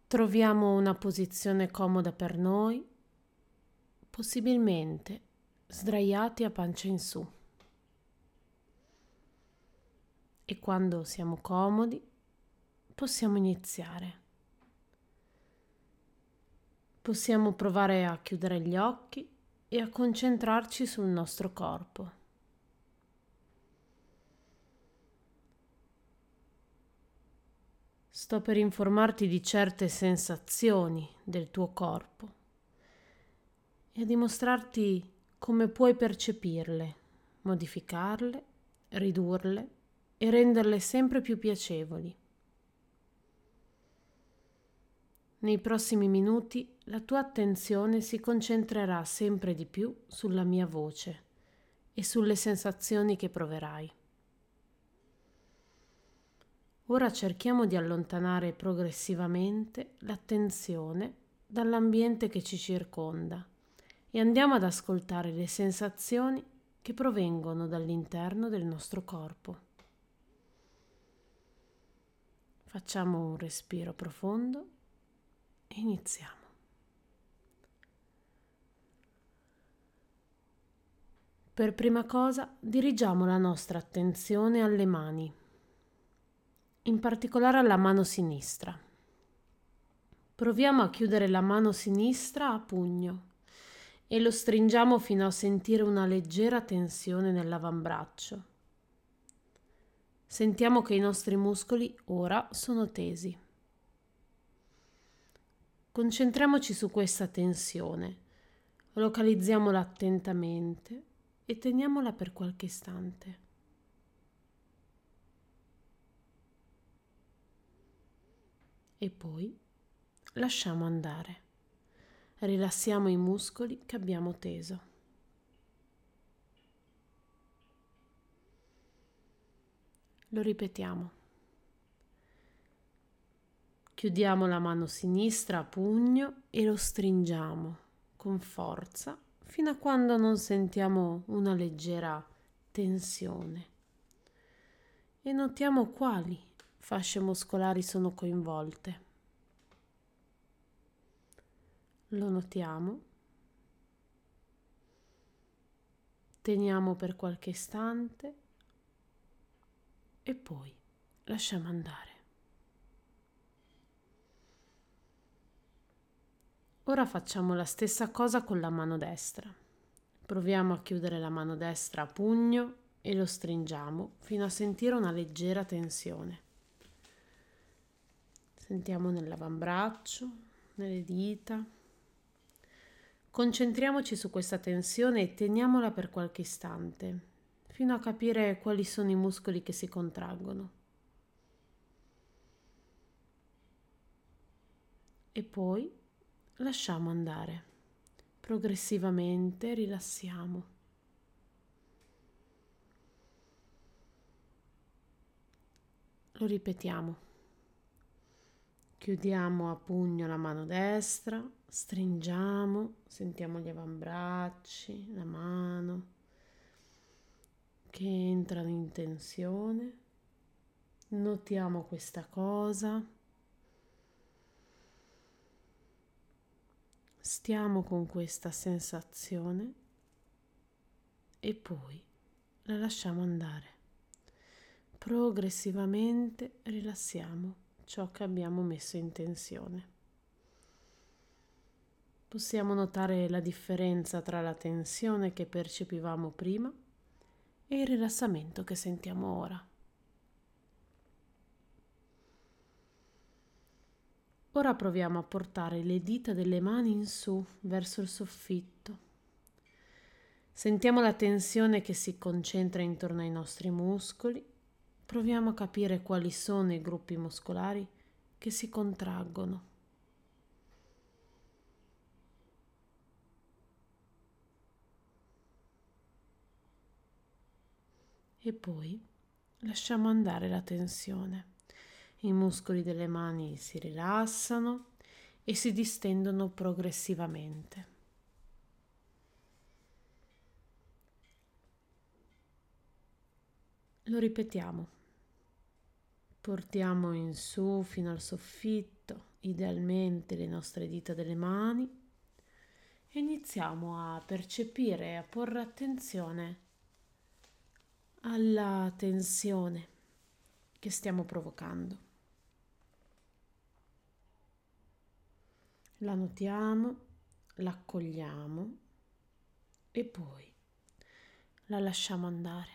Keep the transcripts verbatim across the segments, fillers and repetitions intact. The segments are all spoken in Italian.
Troviamo una posizione comoda per noi, possibilmente sdraiati a pancia in su. E quando siamo comodi, possiamo iniziare. Possiamo provare a chiudere gli occhi e a concentrarci sul nostro corpo. Sto per informarti di certe sensazioni del tuo corpo e a dimostrarti come puoi percepirle, modificarle, ridurle e renderle sempre più piacevoli. Nei prossimi minuti la tua attenzione si concentrerà sempre di più sulla mia voce e sulle sensazioni che proverai. Ora cerchiamo di allontanare progressivamente l'attenzione dall'ambiente che ci circonda e andiamo ad ascoltare le sensazioni che provengono dall'interno del nostro corpo. Facciamo un respiro profondo e iniziamo. Per prima cosa dirigiamo la nostra attenzione alle mani, in particolare alla mano sinistra. Proviamo a chiudere la mano sinistra a pugno e lo stringiamo fino a sentire una leggera tensione nell'avambraccio. Sentiamo che i nostri muscoli ora sono tesi. Concentriamoci su questa tensione, localizziamola attentamente e teniamola per qualche istante. E poi lasciamo andare. Rilassiamo i muscoli che abbiamo teso. Lo ripetiamo. Chiudiamo la mano sinistra a pugno e lo stringiamo con forza fino a quando non sentiamo una leggera tensione. E notiamo quali fasce muscolari sono coinvolte. Lo notiamo. Teniamo per qualche istante e poi lasciamo andare. Ora facciamo la stessa cosa con la mano destra. Proviamo a chiudere la mano destra a pugno e lo stringiamo fino a sentire una leggera tensione. Sentiamo nell'avambraccio, nelle dita. Concentriamoci su questa tensione e teniamola per qualche istante, fino a capire quali sono i muscoli che si contraggono. E poi lasciamo andare. Progressivamente rilassiamo. Lo ripetiamo. Chiudiamo a pugno la mano destra, stringiamo, sentiamo gli avambracci, la mano che entrano in tensione. Notiamo questa cosa. Stiamo con questa sensazione e poi la lasciamo andare. Progressivamente rilassiamo ciò che abbiamo messo in tensione. Possiamo notare la differenza tra la tensione che percepivamo prima e il rilassamento che sentiamo ora. Ora proviamo a portare le dita delle mani in su verso il soffitto. Sentiamo la tensione che si concentra intorno ai nostri muscoli. Proviamo a capire quali sono i gruppi muscolari che si contraggono. E poi lasciamo andare la tensione. I muscoli delle mani si rilassano e si distendono progressivamente. Lo ripetiamo. Portiamo in su fino al soffitto, idealmente le nostre dita delle mani e iniziamo a percepire e a porre attenzione alla tensione che stiamo provocando. La notiamo, l'accogliamo e poi la lasciamo andare.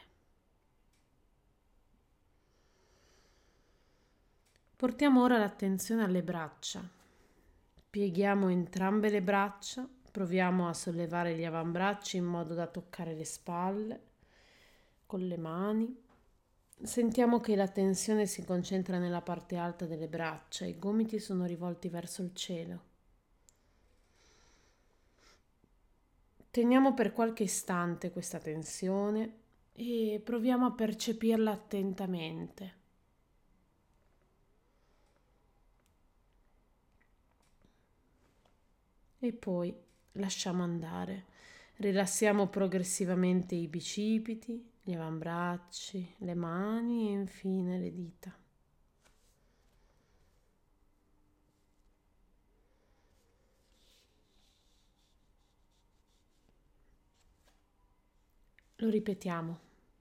Portiamo ora l'attenzione alle braccia. Pieghiamo entrambe le braccia, proviamo a sollevare gli avambracci in modo da toccare le spalle con le mani. Sentiamo che la tensione si concentra nella parte alta delle braccia, i gomiti sono rivolti verso il cielo. Teniamo per qualche istante questa tensione e proviamo a percepirla attentamente. E poi lasciamo andare. Rilassiamo progressivamente i bicipiti, gli avambracci, le mani e infine le dita. Lo ripetiamo.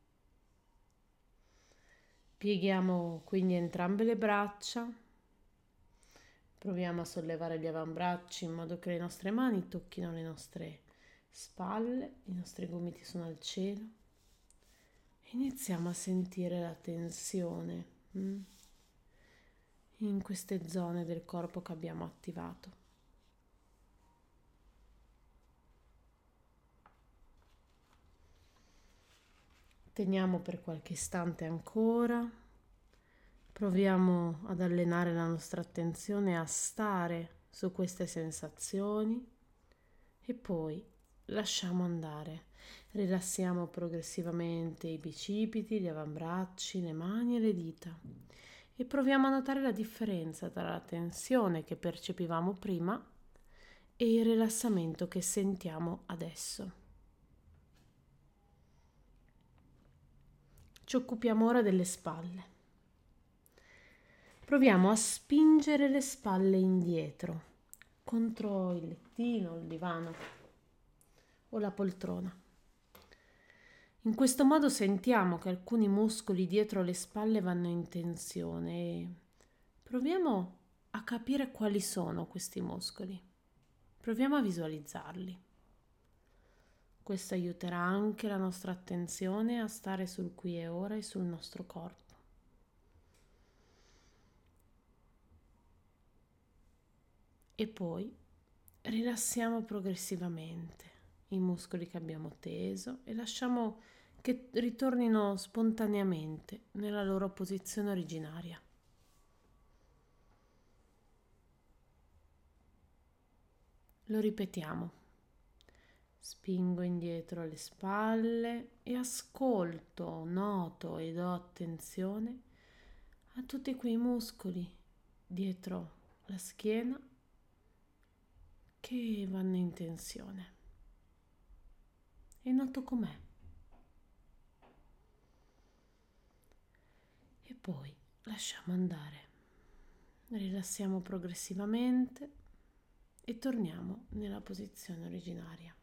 Pieghiamo quindi entrambe le braccia. Proviamo a sollevare gli avambracci in modo che le nostre mani tocchino le nostre spalle, i nostri gomiti sono al cielo. Iniziamo a sentire la tensione hm, in queste zone del corpo che abbiamo attivato. Teniamo per qualche istante ancora, proviamo ad allenare la nostra attenzione a stare su queste sensazioni e poi lasciamo andare. Rilassiamo progressivamente i bicipiti, gli avambracci, le mani e le dita e proviamo a notare la differenza tra la tensione che percepivamo prima e il rilassamento che sentiamo adesso. Ci occupiamo ora delle spalle. Proviamo a spingere le spalle indietro contro il lettino, il divano o la poltrona. In questo modo sentiamo che alcuni muscoli dietro le spalle vanno in tensione e proviamo a capire quali sono questi muscoli. Proviamo a visualizzarli. Questo aiuterà anche la nostra attenzione a stare sul qui e ora e sul nostro corpo. E poi rilassiamo progressivamente i muscoli che abbiamo teso e lasciamo che ritornino spontaneamente nella loro posizione originaria. Lo ripetiamo. Spingo indietro le spalle e ascolto, noto e do attenzione a tutti quei muscoli dietro la schiena che vanno in tensione. E noto com'è. E poi lasciamo andare. Rilassiamo progressivamente e torniamo nella posizione originaria.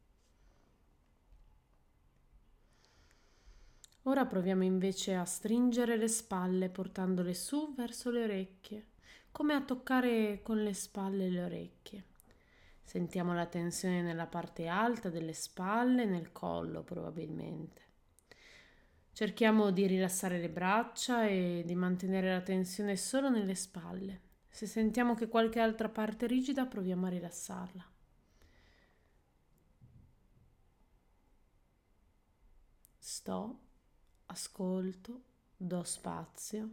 Ora proviamo invece a stringere le spalle portandole su verso le orecchie, come a toccare con le spalle le orecchie. Sentiamo la tensione nella parte alta delle spalle e nel collo probabilmente. Cerchiamo di rilassare le braccia e di mantenere la tensione solo nelle spalle. Se sentiamo che qualche altra parte è rigida, proviamo a rilassarla. Sto, ascolto, do spazio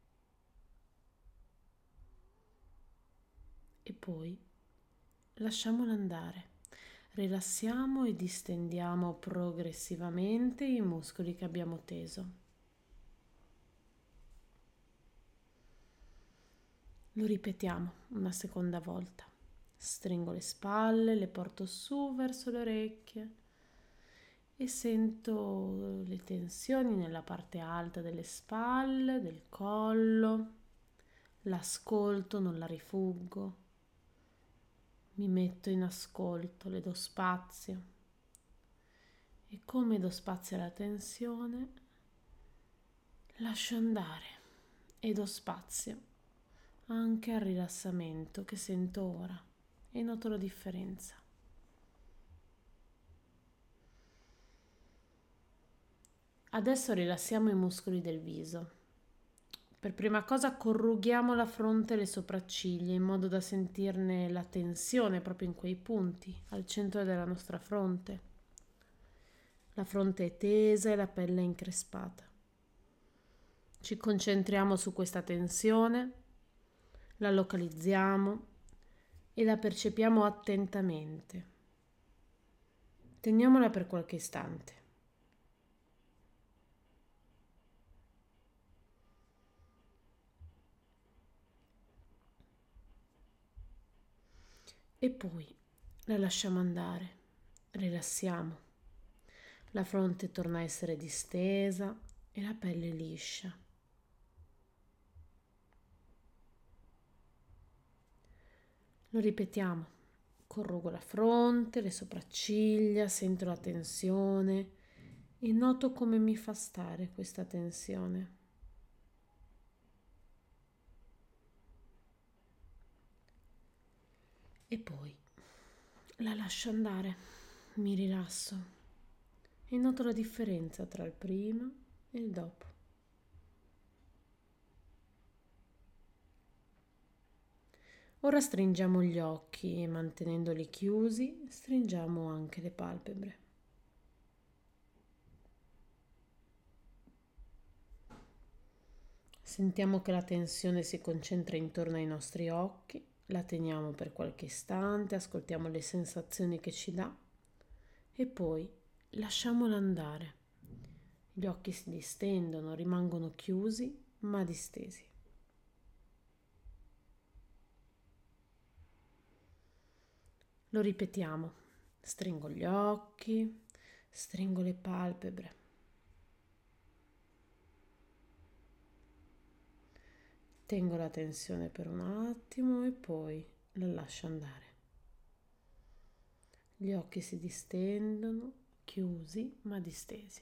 e poi lasciamola andare. Rilassiamo e distendiamo progressivamente i muscoli che abbiamo teso. Lo ripetiamo una seconda volta. Stringo le spalle, le porto su verso le orecchie e sento le tensioni nella parte alta delle spalle, del collo, l'ascolto, non la rifuggo, mi metto in ascolto, le do spazio e come do spazio alla tensione, lascio andare e do spazio anche al rilassamento che sento ora e noto la differenza. Adesso rilassiamo i muscoli del viso. Per prima cosa corrughiamo la fronte e le sopracciglia in modo da sentirne la tensione proprio in quei punti, al centro della nostra fronte. La fronte è tesa e la pelle è increspata. Ci concentriamo su questa tensione, la localizziamo e la percepiamo attentamente. Teniamola per qualche istante. E poi la lasciamo andare, rilassiamo. La fronte torna a essere distesa e la pelle liscia. Lo ripetiamo. Corrugo la fronte, le sopracciglia, sento la tensione e noto come mi fa stare questa tensione. E poi la lascio andare, mi rilasso e noto la differenza tra il prima e il dopo. Ora stringiamo gli occhi e mantenendoli chiusi, stringiamo anche le palpebre. Sentiamo che la tensione si concentra intorno ai nostri occhi, la teniamo per qualche istante, ascoltiamo le sensazioni che ci dà e poi lasciamola andare. Gli occhi si distendono, rimangono chiusi ma distesi. Lo ripetiamo, stringo gli occhi, stringo le palpebre. Tengo la tensione per un attimo e poi la lascio andare. Gli occhi si distendono, chiusi ma distesi.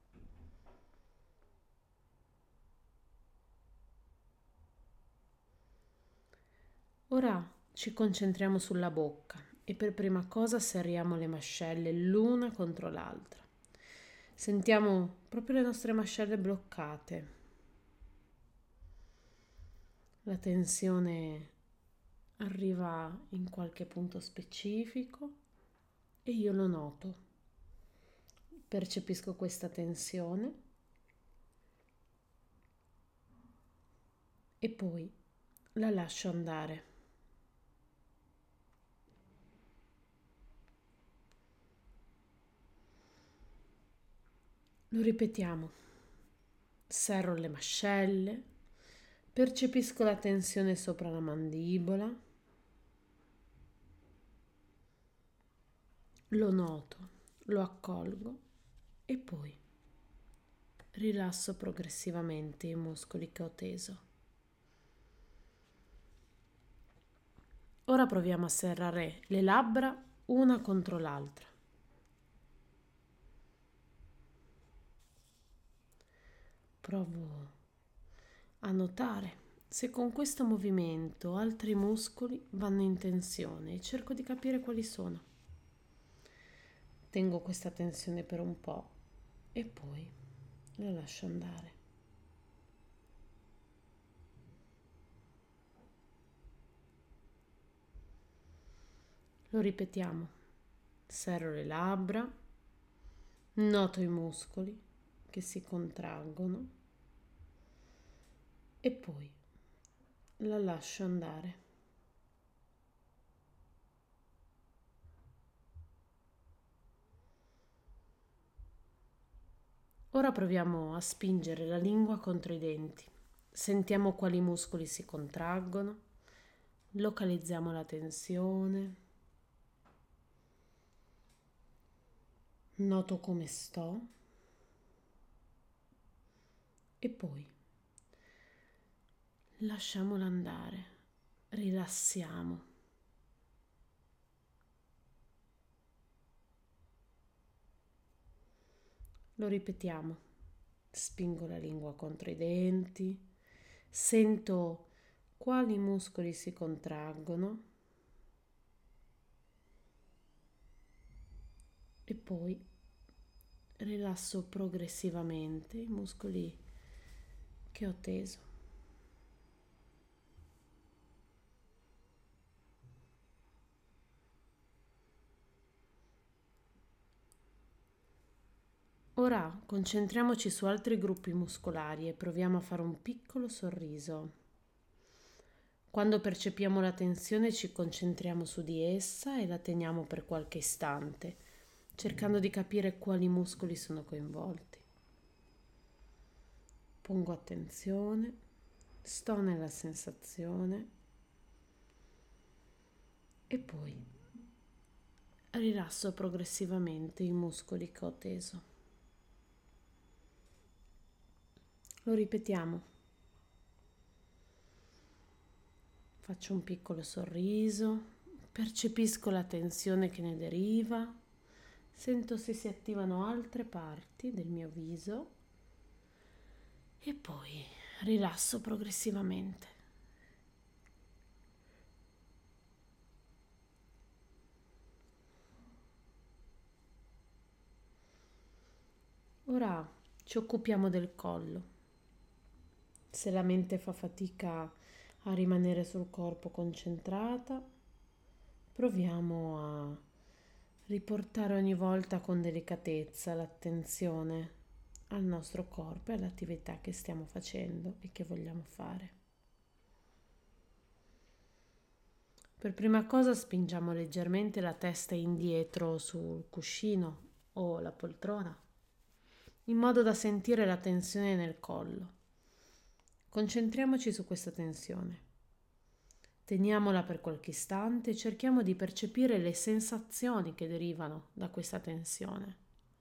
Ora ci concentriamo sulla bocca e per prima cosa serriamo le mascelle l'una contro l'altra. Sentiamo proprio le nostre mascelle bloccate. La tensione arriva in qualche punto specifico e io lo noto. Percepisco questa tensione e poi la lascio andare. Lo ripetiamo. Serro le mascelle, percepisco la tensione sopra la mandibola, lo noto, lo accolgo e poi rilasso progressivamente i muscoli che ho teso. Ora proviamo a serrare le labbra una contro l'altra. Provo a notare se con questo movimento altri muscoli vanno in tensione e cerco di capire quali sono. Tengo questa tensione per un po' e poi la lascio andare. Lo ripetiamo. Serro le labbra, noto i muscoli che si contraggono e poi la lascio andare. Ora proviamo a spingere la lingua contro i denti. Sentiamo quali muscoli si contraggono, localizziamo la tensione, noto come sto e poi lasciamolo andare, rilassiamo. Lo ripetiamo, spingo la lingua contro i denti, sento quali muscoli si contraggono e poi rilasso progressivamente i muscoli che ho teso. Ora concentriamoci su altri gruppi muscolari e proviamo a fare un piccolo sorriso. Quando percepiamo la tensione ci concentriamo su di essa e la teniamo per qualche istante, cercando di capire quali muscoli sono coinvolti. Pongo attenzione, sto nella sensazione e poi rilasso progressivamente i muscoli che ho teso. Lo ripetiamo. Faccio un piccolo sorriso, percepisco la tensione che ne deriva, sento se si attivano altre parti del mio viso e poi rilasso progressivamente. Ora ci occupiamo del collo. Se la mente fa fatica a rimanere sul corpo concentrata, proviamo a riportare ogni volta con delicatezza l'attenzione al nostro corpo e all'attività che stiamo facendo e che vogliamo fare. Per prima cosa spingiamo leggermente la testa indietro sul cuscino o la poltrona, in modo da sentire la tensione nel collo. Concentriamoci su questa tensione. Teniamola per qualche istante e cerchiamo di percepire le sensazioni che derivano da questa tensione.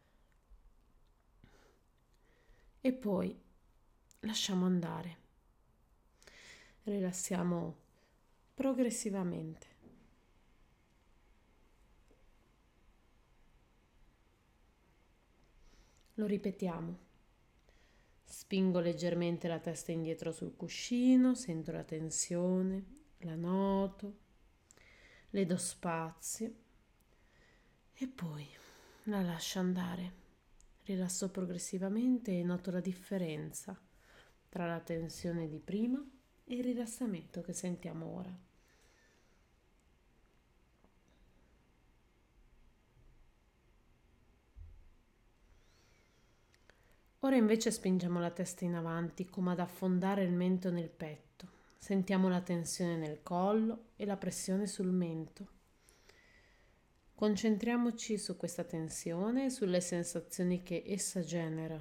E poi lasciamo andare. Rilassiamo progressivamente. Lo ripetiamo. Spingo leggermente la testa indietro sul cuscino, sento la tensione, la noto, le do spazio e poi la lascio andare. Rilasso progressivamente e noto la differenza tra la tensione di prima e il rilassamento che sentiamo ora. Ora invece spingiamo la testa in avanti come ad affondare il mento nel petto. Sentiamo la tensione nel collo e la pressione sul mento. Concentriamoci su questa tensione e sulle sensazioni che essa genera.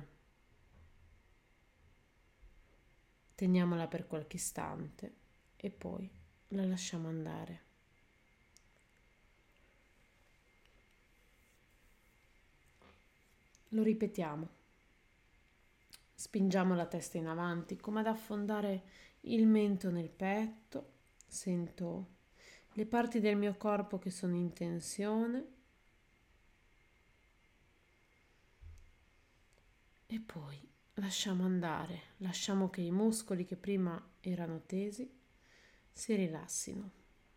Teniamola per qualche istante e poi la lasciamo andare. Lo ripetiamo. Spingiamo la testa in avanti come ad affondare il mento nel petto. Sento le parti del mio corpo che sono in tensione e poi lasciamo andare, lasciamo che i muscoli che prima erano tesi si rilassino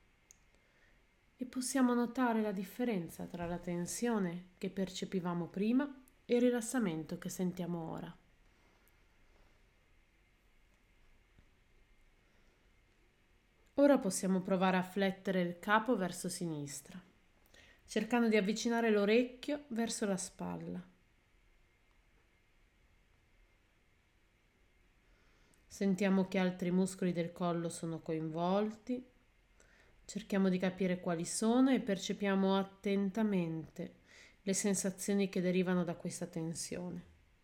e possiamo notare la differenza tra la tensione che percepivamo prima e il rilassamento che sentiamo ora. Ora possiamo provare a flettere il capo verso sinistra, cercando di avvicinare l'orecchio verso la spalla. Sentiamo che altri muscoli del collo sono coinvolti, cerchiamo di capire quali sono e percepiamo attentamente le sensazioni che derivano da questa tensione.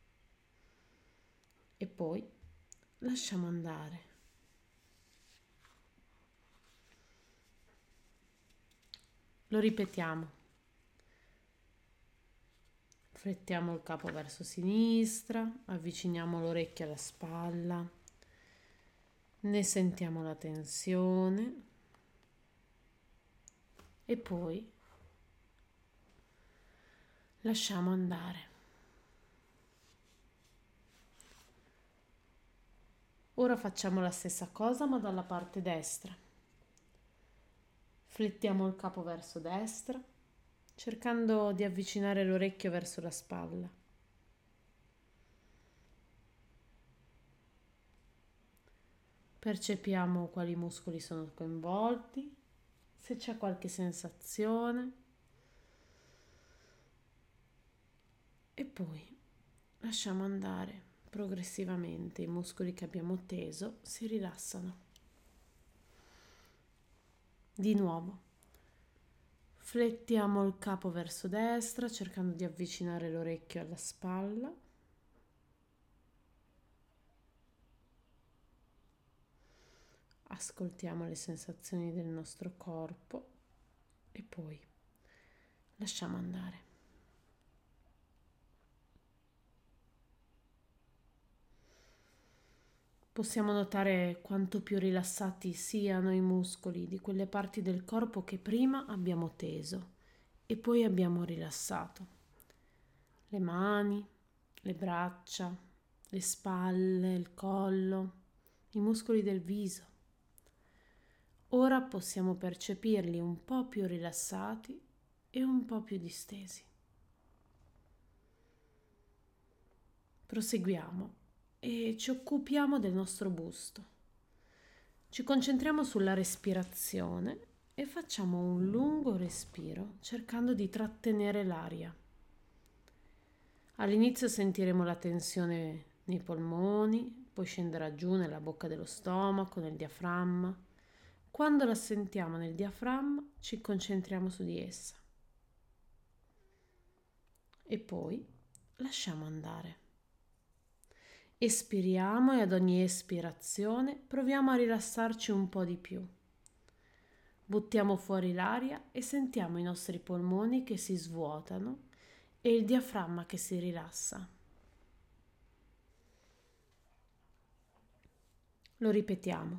E poi lasciamo andare. Lo ripetiamo. Flettiamo il capo verso sinistra, avviciniamo l'orecchio alla spalla. Ne sentiamo la tensione e poi lasciamo andare. Ora facciamo la stessa cosa ma dalla parte destra. Flettiamo il capo verso destra, cercando di avvicinare l'orecchio verso la spalla. Percepiamo quali muscoli sono coinvolti, se c'è qualche sensazione e poi lasciamo andare progressivamente. I muscoli che abbiamo teso si rilassano. Di nuovo, flettiamo il capo verso destra cercando di avvicinare l'orecchio alla spalla. Ascoltiamo le sensazioni del nostro corpo e poi lasciamo andare. Possiamo notare quanto più rilassati siano i muscoli di quelle parti del corpo che prima abbiamo teso e poi abbiamo rilassato. Le mani, le braccia, le spalle, il collo, i muscoli del viso. Ora possiamo percepirli un po' più rilassati e un po' più distesi. Proseguiamo e ci occupiamo del nostro busto. Ci concentriamo sulla respirazione e facciamo un lungo respiro cercando di trattenere l'aria. All'inizio sentiremo la tensione nei polmoni, poi scenderà giù nella bocca dello stomaco, nel diaframma. Quando la sentiamo nel diaframma, ci concentriamo su di essa. E poi lasciamo andare. Espiriamo e ad ogni espirazione proviamo a rilassarci un po' di più. Buttiamo fuori l'aria e sentiamo i nostri polmoni che si svuotano e il diaframma che si rilassa. Lo ripetiamo.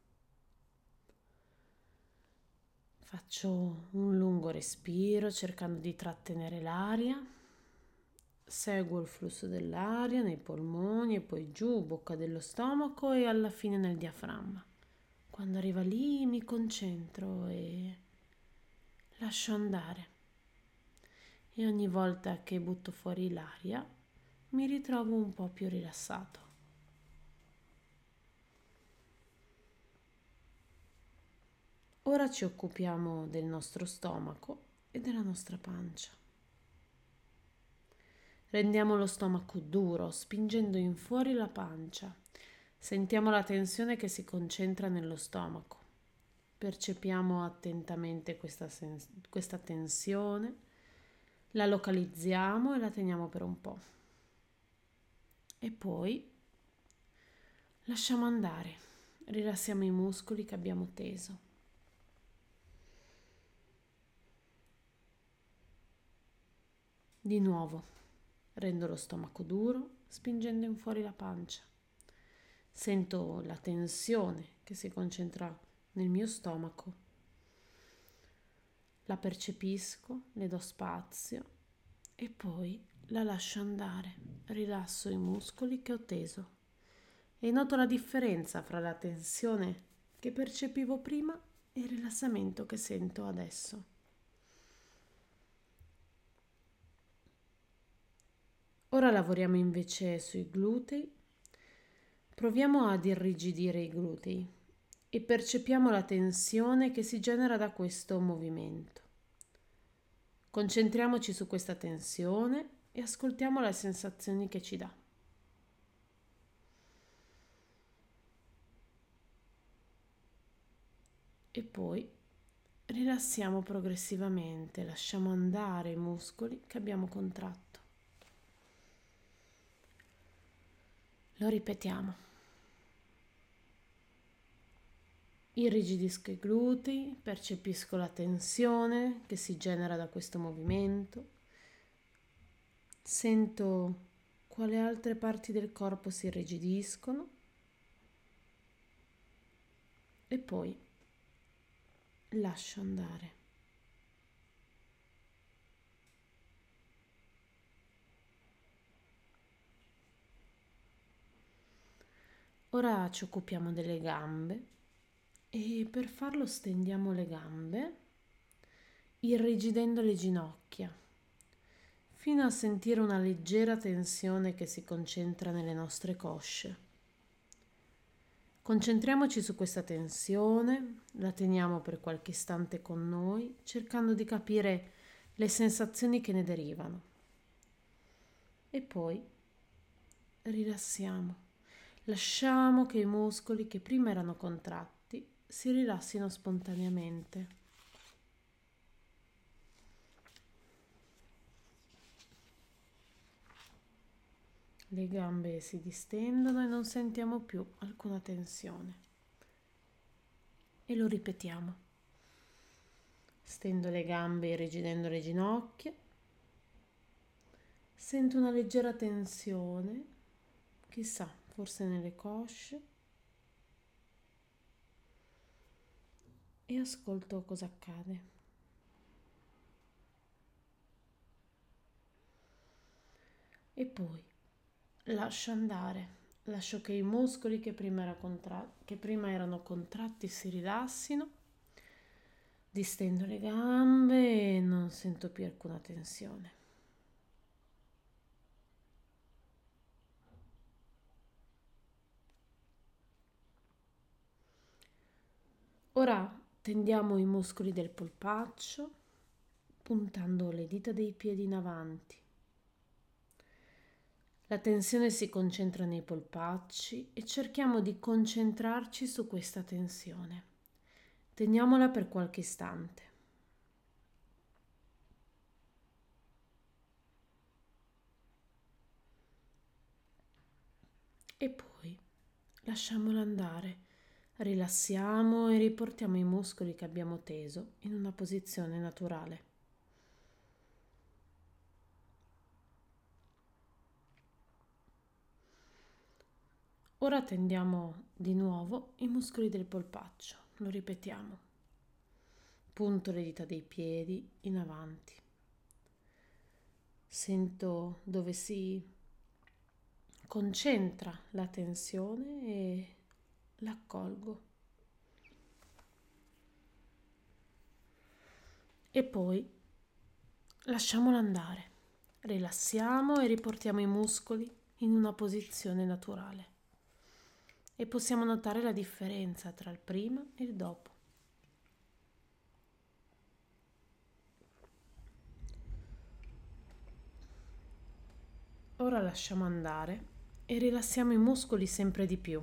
Faccio un lungo respiro cercando di trattenere l'aria. Seguo il flusso dell'aria nei polmoni e poi giù, bocca dello stomaco e alla fine nel diaframma. Quando arriva lì mi concentro e lascio andare. E ogni volta che butto fuori l'aria mi ritrovo un po' più rilassato. Ora ci occupiamo del nostro stomaco e della nostra pancia. Rendiamo lo stomaco duro, spingendo in fuori la pancia. Sentiamo la tensione che si concentra nello stomaco. Percepiamo attentamente questa, sens- questa tensione, la localizziamo e la teniamo per un po'. E poi lasciamo andare, rilassiamo i muscoli che abbiamo teso. Di nuovo. Rendo lo stomaco duro, spingendo in fuori la pancia. Sento la tensione che si concentra nel mio stomaco. La percepisco, le do spazio e poi la lascio andare. Rilasso i muscoli che ho teso e noto la differenza fra la tensione che percepivo prima e il rilassamento che sento adesso. Ora lavoriamo invece sui glutei. Proviamo ad irrigidire i glutei e percepiamo la tensione che si genera da questo movimento. Concentriamoci su questa tensione e ascoltiamo le sensazioni che ci dà. E poi rilassiamo progressivamente, lasciamo andare i muscoli che abbiamo contratto. Lo ripetiamo. Irrigidisco i glutei, percepisco la tensione che si genera da questo movimento. Sento quale altre parti del corpo si irrigidiscono e poi lascio andare. Ora ci occupiamo delle gambe e per farlo stendiamo le gambe, irrigidendo le ginocchia, fino a sentire una leggera tensione che si concentra nelle nostre cosce. Concentriamoci su questa tensione, la teniamo per qualche istante con noi, cercando di capire le sensazioni che ne derivano. E poi rilassiamo. Lasciamo che i muscoli che prima erano contratti si rilassino spontaneamente. Le gambe si distendono e non sentiamo più alcuna tensione. E lo ripetiamo. Stendo le gambe irrigidendo le ginocchia. Sento una leggera tensione, chissà, forse nelle cosce. E ascolto cosa accade. E poi lascio andare. Lascio che i muscoli che prima, era contra- che prima erano contratti si rilassino, distendo le gambe e non sento più alcuna tensione. Ora tendiamo i muscoli del polpaccio, puntando le dita dei piedi in avanti. La tensione si concentra nei polpacci e cerchiamo di concentrarci su questa tensione. Teniamola per qualche istante. E poi lasciamola andare. Rilassiamo e riportiamo i muscoli che abbiamo teso in una posizione naturale. Ora tendiamo di nuovo i muscoli del polpaccio. Lo ripetiamo. Punto le dita dei piedi in avanti. Sento dove si concentra la tensione e l'accolgo. E poi lasciamolo andare. Rilassiamo e riportiamo i muscoli in una posizione naturale. E possiamo notare la differenza tra il prima e il dopo. Ora lasciamo andare e rilassiamo i muscoli sempre di più.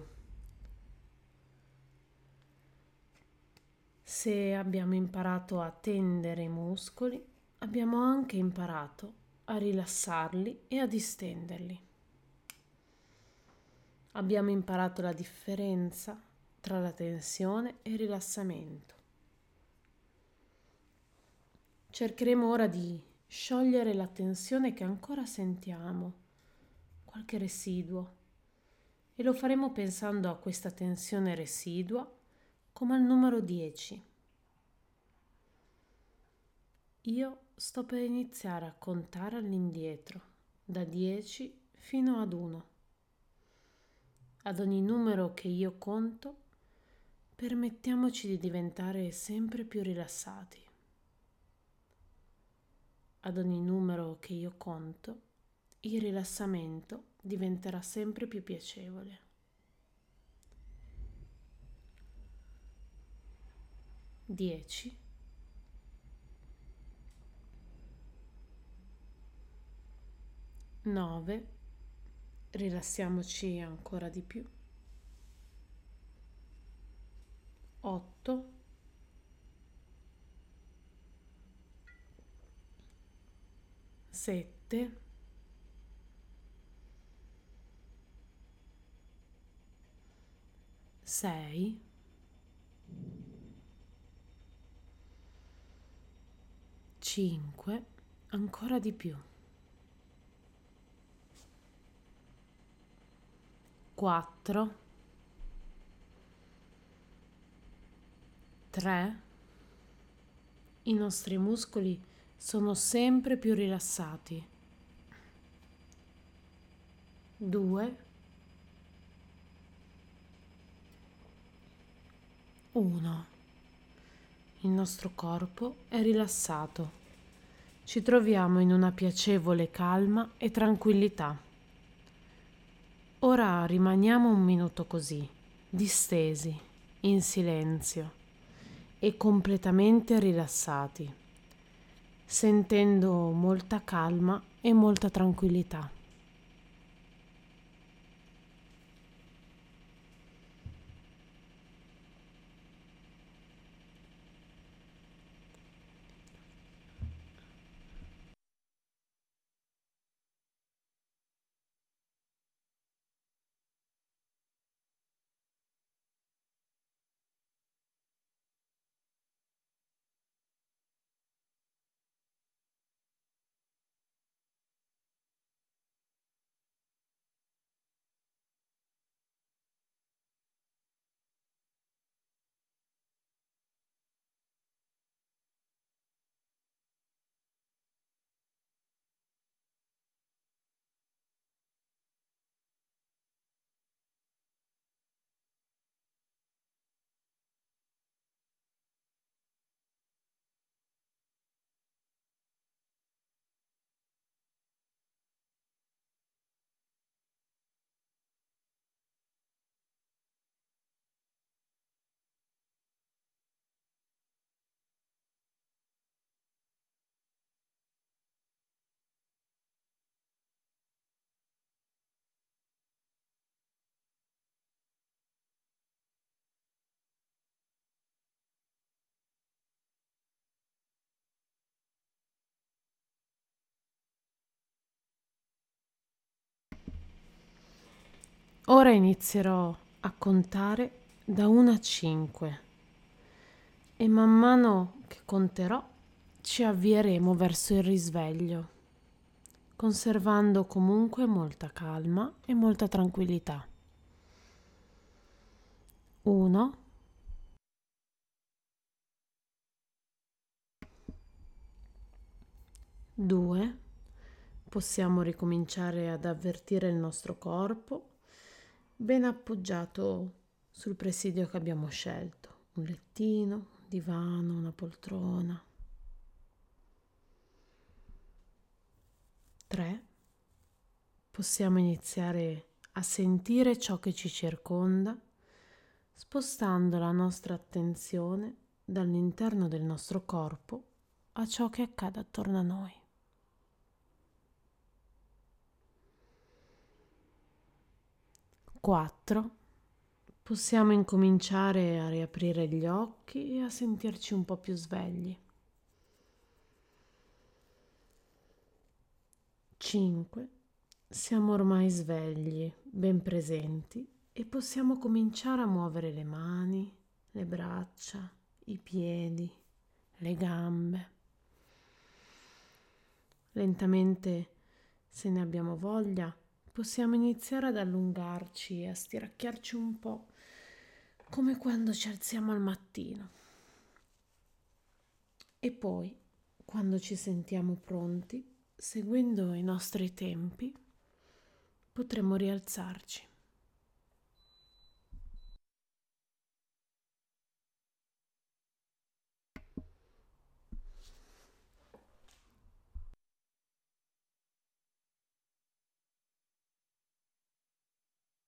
Se abbiamo imparato a tendere i muscoli, abbiamo anche imparato a rilassarli e a distenderli. Abbiamo imparato la differenza tra la tensione e il rilassamento. Cercheremo ora di sciogliere la tensione che ancora sentiamo, qualche residuo, e lo faremo pensando a questa tensione residua come al numero dieci. Io sto per iniziare a contare all'indietro, da dieci fino ad uno. Ad ogni numero che io conto, permettiamoci di diventare sempre più rilassati. Ad ogni numero che io conto, il rilassamento diventerà sempre più piacevole. dieci, nove, rilassiamoci ancora di più. otto, sette, sei, cinque, ancora di più. quattro, tre, i nostri muscoli sono sempre più rilassati. due, uno. Il nostro corpo è rilassato. Ci troviamo in una piacevole calma e tranquillità. Ora rimaniamo un minuto così, distesi, in silenzio e completamente rilassati, sentendo molta calma e molta tranquillità. Ora inizierò a contare da uno a cinque e man mano che conterò ci avvieremo verso il risveglio, conservando comunque molta calma e molta tranquillità. uno, due, possiamo ricominciare ad avvertire il nostro corpo ben appoggiato sul presidio che abbiamo scelto, un lettino, un divano, una poltrona. tre, possiamo iniziare a sentire ciò che ci circonda, spostando la nostra attenzione dall'interno del nostro corpo a ciò che accade attorno a noi. quattro, possiamo incominciare a riaprire gli occhi e a sentirci un po' più svegli. cinque, siamo ormai svegli, ben presenti e possiamo cominciare a muovere le mani, le braccia, i piedi, le gambe. Lentamente, se ne abbiamo voglia, possiamo iniziare ad allungarci e a stiracchiarci un po', come quando ci alziamo al mattino. E poi, quando ci sentiamo pronti, seguendo i nostri tempi, potremo rialzarci.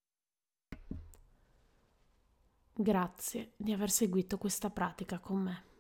Grazie di aver seguito questa pratica con me.